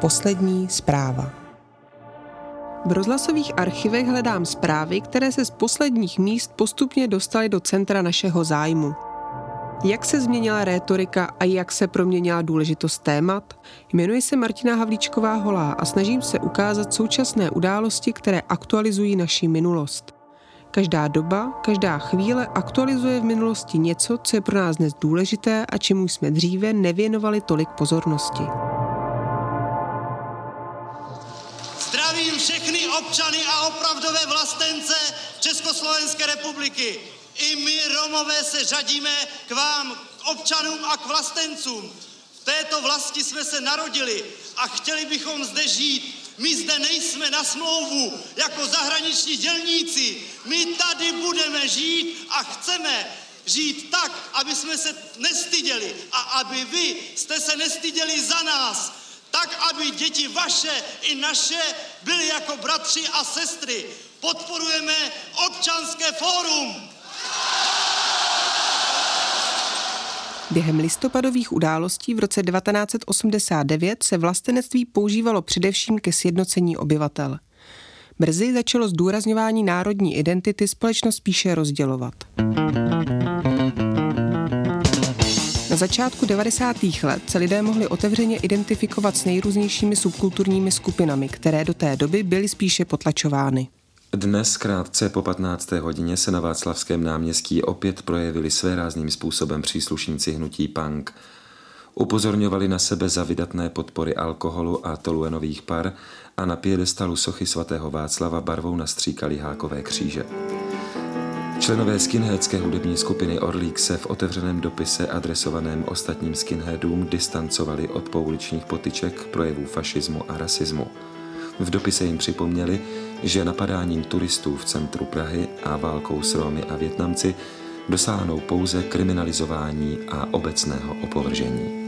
Poslední zpráva. V rozhlasových archivech hledám zprávy, které se z posledních míst postupně dostaly do centra našeho zájmu. Jak se změnila rétorika a jak se proměnila důležitost témat? Jmenuji se Martina Havlíčková Holá a snažím se ukázat současné události, které aktualizují naši minulost. Každá doba, každá chvíle aktualizuje v minulosti něco, co je pro nás dnes důležité a čemu jsme dříve nevěnovali tolik pozornosti. Zdravím všechny občany a opravdové vlastence Československé republiky. I my, Romové, se řadíme k vám, k občanům a k vlastencům. V této vlasti jsme se narodili a chtěli bychom zde žít. My zde nejsme na smlouvu jako zahraniční dělníci. My tady budeme žít a chceme žít tak, aby jsme se nestyděli a aby vy jste se nestyděli za nás. Tak, aby děti vaše i naše byly jako bratři a sestry. Podporujeme Občanské fórum. Během listopadových událostí v roce 1989 se vlastenectví používalo především ke sjednocení obyvatel. Brzy začalo zdůrazňování národní identity společnost spíše rozdělovat. Na začátku 90. let se lidé mohli otevřeně identifikovat s nejrůznějšími subkulturními skupinami, které do té doby byly spíše potlačovány. Dnes krátce po 15. hodině se na Václavském náměstí opět projevili svérázným způsobem příslušníci hnutí punk. Upozorňovali na sebe za vydatné podpory alkoholu a toluenových par a na piedestalu sochy svatého Václava barvou nastříkali hákové kříže. Členové skinheadské hudební skupiny Orlík se v otevřeném dopise adresovaném ostatním skinheadům distancovali od pouličních potyček, projevů fašismu a rasismu. V dopise jim připomněli, že napadáním turistů v centru Prahy a válkou s Romy a Vietnamci dosáhnou pouze kriminalizování a obecného opovržení.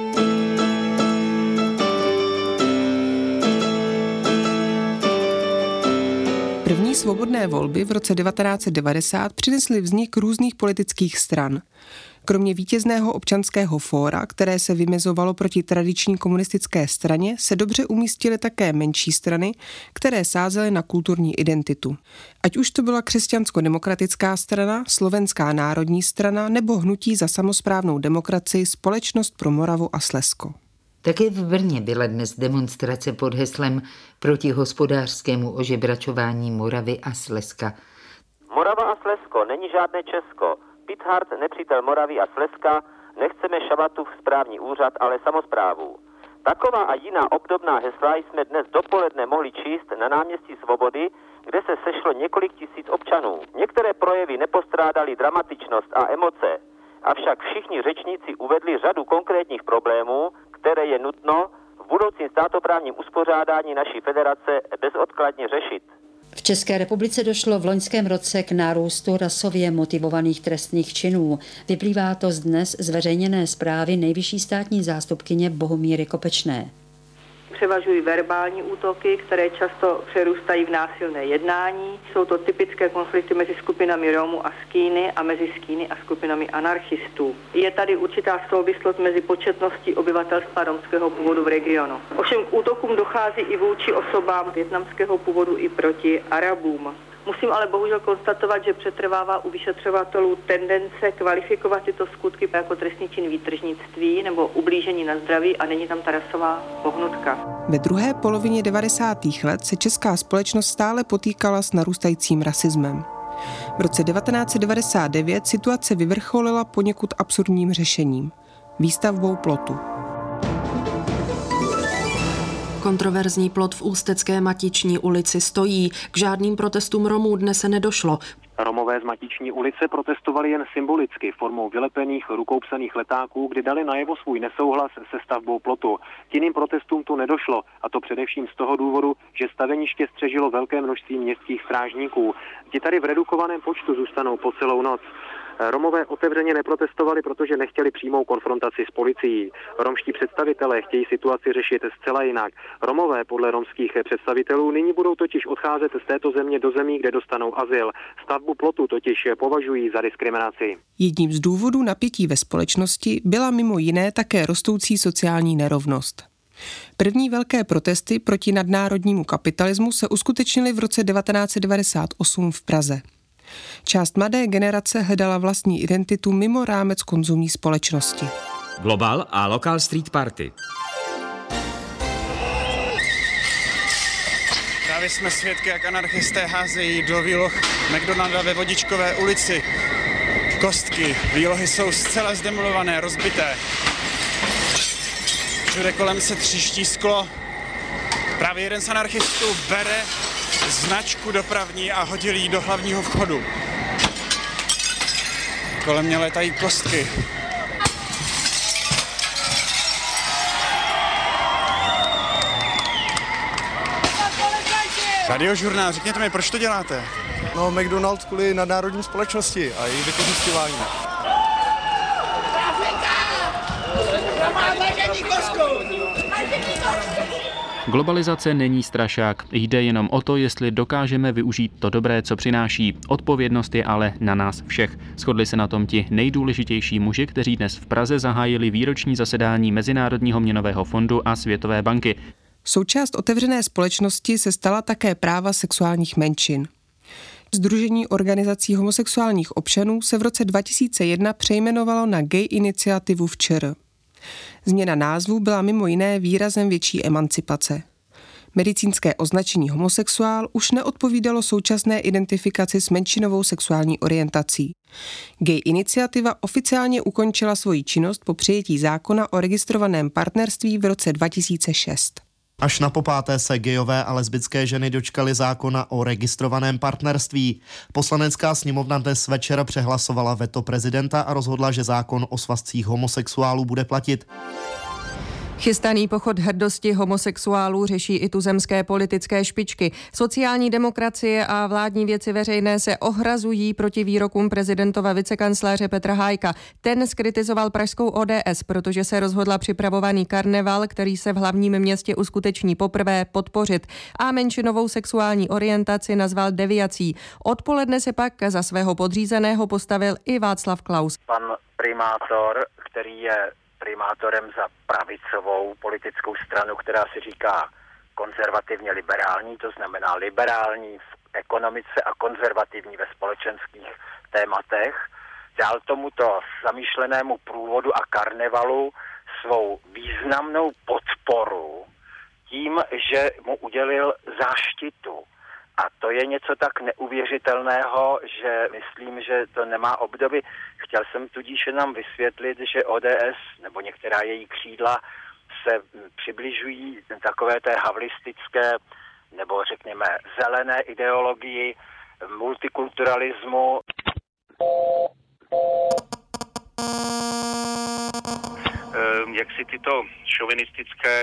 První svobodné volby v roce 1990 přinesly vznik různých politických stran. Kromě vítězného Občanského fóra, které se vymezovalo proti tradiční komunistické straně, se dobře umístily také menší strany, které sázely na kulturní identitu. Ať už to byla křesťansko-demokratická strana, Slovenská národní strana nebo hnutí za samosprávnou demokracii Společnost pro Moravu a Slezsko. Také v Brně byla dnes demonstrace pod heslem proti hospodářskému ožebračování Moravy a Slezska. Morava a Slezsko není žádné Česko. Pithard, nepřítel Moravy a Slezska, nechceme Šabatův správní úřad, ale samosprávu. Taková a jiná obdobná hesla jsme dnes dopoledne mohli číst na náměstí Svobody, kde se sešlo několik tisíc občanů. Některé projevy nepostrádaly dramatičnost a emoce, avšak všichni řečníci uvedli řadu konkrétních problémů, které je nutno v budoucím státoprávním uspořádání naší federace bezodkladně řešit. V České republice došlo v loňském roce k nárůstu rasově motivovaných trestných činů. Vyplývá to z dnes zveřejněné zprávy nejvyšší státní zástupkyně Bohumíry Kopečné. Převažují verbální útoky, které často přerůstají v násilné jednání. Jsou to typické konflikty mezi skupinami Romů a Skýny a mezi Skýny a skupinami anarchistů. Je tady určitá souvislost mezi početností obyvatelstva romského původu v regionu. Ovšem k útokům dochází i vůči osobám vietnamského původu i proti Arabům. Musím ale bohužel konstatovat, že přetrvává u vyšetřovatelů tendence kvalifikovat tyto skutky jako trestný čin výtržnictví nebo ublížení na zdraví a není tam ta rasová pohnutka. Ve druhé polovině 90. let se česká společnost stále potýkala s narůstajícím rasismem. V roce 1999 situace vyvrcholila poněkud absurdním řešením – výstavbou plotu. Kontroverzní plot v ústecké Matiční ulici stojí. K žádným protestům Romů dnes se nedošlo. Romové z Matiční ulice protestovali jen symbolicky formou vylepených rukou psaných letáků, kdy dali najevo svůj nesouhlas se stavbou plotu. K jiným protestům tu nedošlo, a to především z toho důvodu, že staveniště střežilo velké množství městských strážníků. Ti tady v redukovaném počtu zůstanou po celou noc. Romové otevřeně neprotestovali, protože nechtěli přímou konfrontaci s policií. Romští představitelé chtějí situaci řešit zcela jinak. Romové podle romských představitelů nyní budou totiž odcházet z této země do zemí, kde dostanou azyl. Stavbu plotu totiž považují za diskriminaci. Jedním z důvodů napětí ve společnosti byla mimo jiné také rostoucí sociální nerovnost. První velké protesty proti nadnárodnímu kapitalismu se uskutečnily v roce 1998 v Praze. Část mladé generace hledala vlastní identitu mimo rámec konzumní společnosti. Global a Local Street Party. Právě jsme svědky, jak anarchisté házejí do výloh McDonalda ve Vodičkové ulici kostky. Výlohy jsou zcela zdemolované, rozbité. Všude kolem se tříští sklo. Právě jeden z anarchistů bere značku dopravní a hodil ji do hlavního vchodu. Kolem mě létají kostky. Radiožurnál, řekněte mi, proč to děláte? No, McDonald's kvůli nadnárodní společnosti a její vykořisťování. Globalizace není strašák. Jde jenom o to, jestli dokážeme využít to dobré, co přináší. Odpovědnost je ale na nás všech. Shodli se na tom ti nejdůležitější muži, kteří dnes v Praze zahájili výroční zasedání Mezinárodního měnového fondu a Světové banky. Součást otevřené společnosti se stala také práva sexuálních menšin. Sdružení organizací homosexuálních občanů se v roce 2001 přejmenovalo na Gay iniciativu v ČR. Změna názvu byla mimo jiné výrazem větší emancipace. Medicínské označení homosexuál už neodpovídalo současné identifikaci s menšinovou sexuální orientací. Gay iniciativa oficiálně ukončila svoji činnost po přijetí zákona o registrovaném partnerství v roce 2006. Až na popáté se gayové a lesbické ženy dočkaly zákona o registrovaném partnerství. Poslanecká sněmovna dnes večer přehlasovala veto prezidenta a rozhodla, že zákon o svazcích homosexuálů bude platit. Chystaný pochod hrdosti homosexuálů řeší i tuzemské politické špičky. Sociální demokracie a vládní věci veřejné se ohrazují proti výrokům prezidentova vicekancléře Petra Hájka. Ten zkritizoval pražskou ODS, protože se rozhodla připravovaný karneval, který se v hlavním městě uskuteční poprvé, podpořit. A menšinovou sexuální orientaci nazval deviací. Odpoledne se pak za svého podřízeného postavil i Václav Klaus. Pan primátor, který je primátorem za pravicovou politickou stranu, která si říká konzervativně liberální, to znamená liberální v ekonomice a konzervativní ve společenských tématech, dal tomuto zamýšlenému průvodu a karnevalu svou významnou podporu tím, že mu udělil záštitu. A to je něco tak neuvěřitelného, že myslím, že to nemá obdoby. Chtěl jsem tudíž nám vysvětlit, že ODS nebo některá její křídla se přibližují takové té havlistické nebo řekněme zelené ideologii multikulturalismu. Jak si tyto šovinistické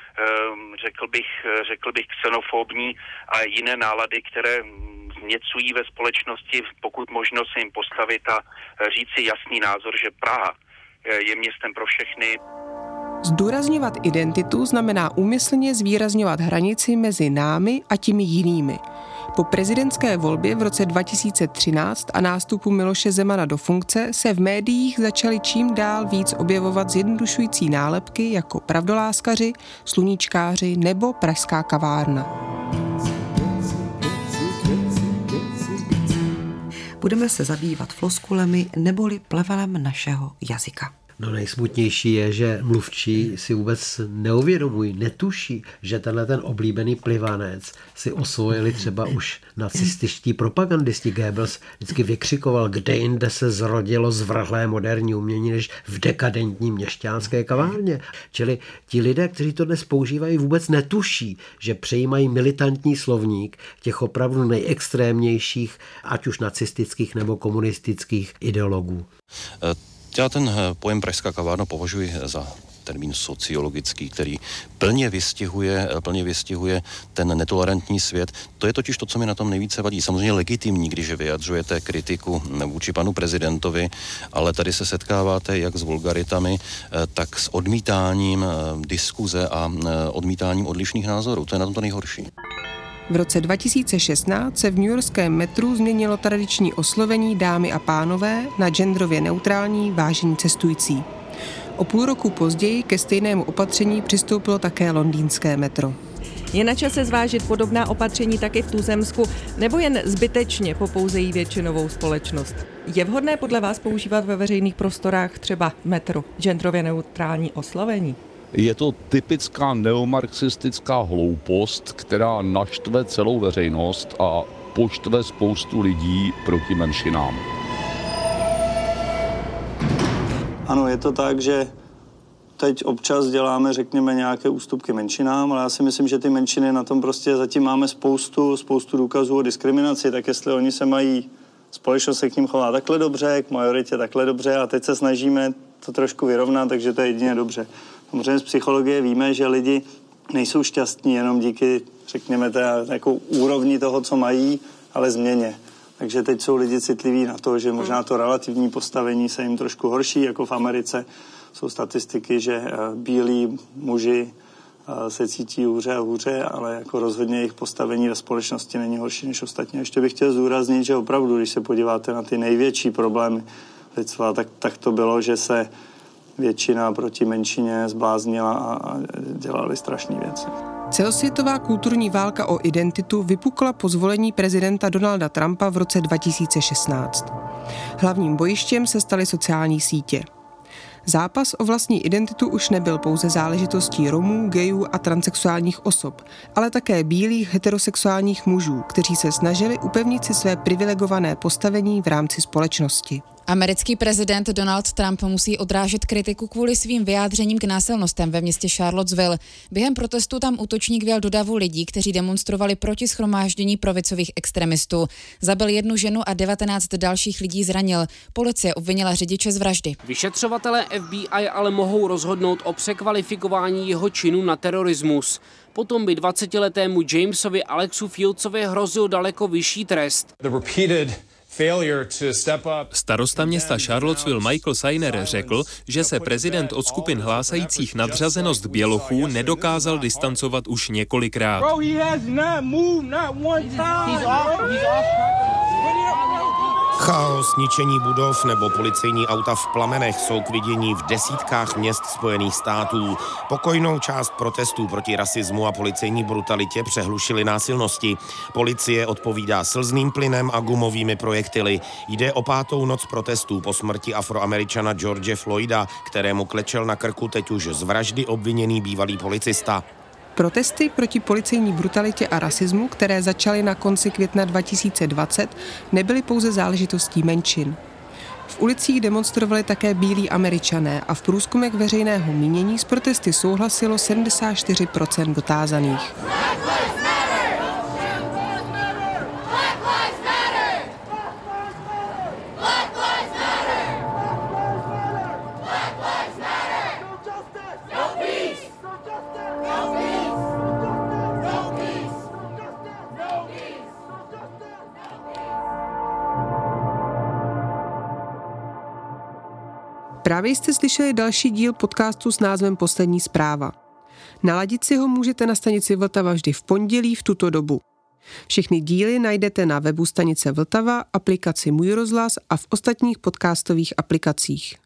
řekl bych xenofobní a jiné nálady, které vněcují ve společnosti, pokud možno se jim postavit a říci jasný názor, že Praha je městem pro všechny. Zdůrazňovat identitu znamená úmyslně zvýrazňovat hranici mezi námi a těmi jinými. Po prezidentské volbě v roce 2013 a nástupu Miloše Zemana do funkce se v médiích začaly čím dál víc objevovat zjednodušující nálepky jako pravdoláskaři, sluníčkáři nebo pražská kavárna. Budeme se zabývat floskulemi neboli plevelem našeho jazyka. No nejsmutnější je, že mluvčí si vůbec neuvědomují, netuší, že tenhle ten oblíbený plivanec si osvojili třeba už nacističtí propagandisti. Goebbels vždycky vykřikoval, kde jinde se zrodilo zvrhlé moderní umění, než v dekadentní měšťánské kavárně. Čili ti lidé, kteří to dnes používají, vůbec netuší, že přejímají militantní slovník těch opravdu nejextrémnějších, ať už nacistických nebo komunistických ideologů. Já ten pojem pražská kavárna považuji za termín sociologický, který plně vystihuje ten netolerantní svět. To je totiž to, co mi na tom nejvíce vadí. Samozřejmě legitimní, když vyjadřujete kritiku vůči panu prezidentovi, ale tady se setkáváte jak s vulgaritami, tak s odmítáním diskuze a odmítáním odlišných názorů. To je na tom to nejhorší. V roce 2016 se v newyorském metru změnilo tradiční oslovení dámy a pánové na genderově neutrální vážení cestující. O půl roku později ke stejnému opatření přistoupilo také londýnské metro. Je na čase zvážit podobná opatření taky v Tuzemsku, nebo jen zbytečně popouzejí většinovou společnost? Je vhodné podle vás používat ve veřejných prostorách třeba metro, genderově neutrální oslovení? Je to typická neomarxistická hloupost, která naštve celou veřejnost a poštve spoustu lidí proti menšinám. Ano, je to tak, že teď občas děláme, řekněme, nějaké ústupky menšinám, ale já si myslím, že ty menšiny na tom prostě zatím máme spoustu důkazů o diskriminaci, tak jestli oni se mají, společnost se k ním chová takhle dobře, k majoritě takhle dobře a teď se snažíme to trošku vyrovnat, takže to je jedině dobře. Samozřejmě z psychologie víme, že lidi nejsou šťastní jenom díky, řekněme, jako úrovni toho, co mají, ale změně. Takže teď jsou lidi citliví na to, že možná to relativní postavení se jim trošku horší, jako v Americe. Jsou statistiky, že bílí muži se cítí hůře a hůře, ale jako rozhodně jejich postavení ve společnosti není horší než ostatní. Ještě bych chtěl zdůraznit, že opravdu, když se podíváte na ty největší problémy lidstva, tak to bylo, že se většina proti menšině zbláznila a dělali strašné věci. Celosvětová kulturní válka o identitu vypukla po zvolení prezidenta Donalda Trumpa v roce 2016. Hlavním bojištěm se staly sociální sítě. Zápas o vlastní identitu už nebyl pouze záležitostí Romů, gayů a transsexuálních osob, ale také bílých heterosexuálních mužů, kteří se snažili upevnit si své privilegované postavení v rámci společnosti. Americký prezident Donald Trump musí odrážet kritiku kvůli svým vyjádřením k násilnostem ve městě Charlottesville. Během protestu tam útočník vjel do davu lidí, kteří demonstrovali proti shromáždění pravicových extremistů. Zabil jednu ženu a 19 dalších lidí zranil. Policie obvinila řidiče z vraždy. Vyšetřovatelé FBI ale mohou rozhodnout o překvalifikování jeho činu na terorismus. Potom by 20-letému Jamesovi Alexu Fieldsovi hrozil daleko vyšší trest. Starosta města Charlottesville Michael Sainer řekl, že se prezident od skupin hlásajících nadřazenost bělochů nedokázal distancovat už několikrát. Chaos, ničení budov nebo policejní auta v plamenech jsou k vidění v desítkách měst Spojených států. Pokojnou část protestů proti rasismu a policejní brutalitě přehlušily násilnosti. Policie odpovídá slzným plynem a gumovými projektily. Jde o 5. noc protestů po smrti Afroameričana George Floyda, kterému klečel na krku teď už z vraždy obviněný bývalý policista. Protesty proti policejní brutalitě a rasismu, které začaly na konci května 2020, nebyly pouze záležitostí menšin. V ulicích demonstrovali také bílí Američané a v průzkumech veřejného mínění s protesty souhlasilo 74% dotázaných. Právě jste slyšeli další díl podcastu s názvem Poslední zpráva. Naladit si ho můžete na stanici Vltava vždy v pondělí v tuto dobu. Všechny díly najdete na webu stanice Vltava, aplikaci Můj rozhlas a v ostatních podcastových aplikacích.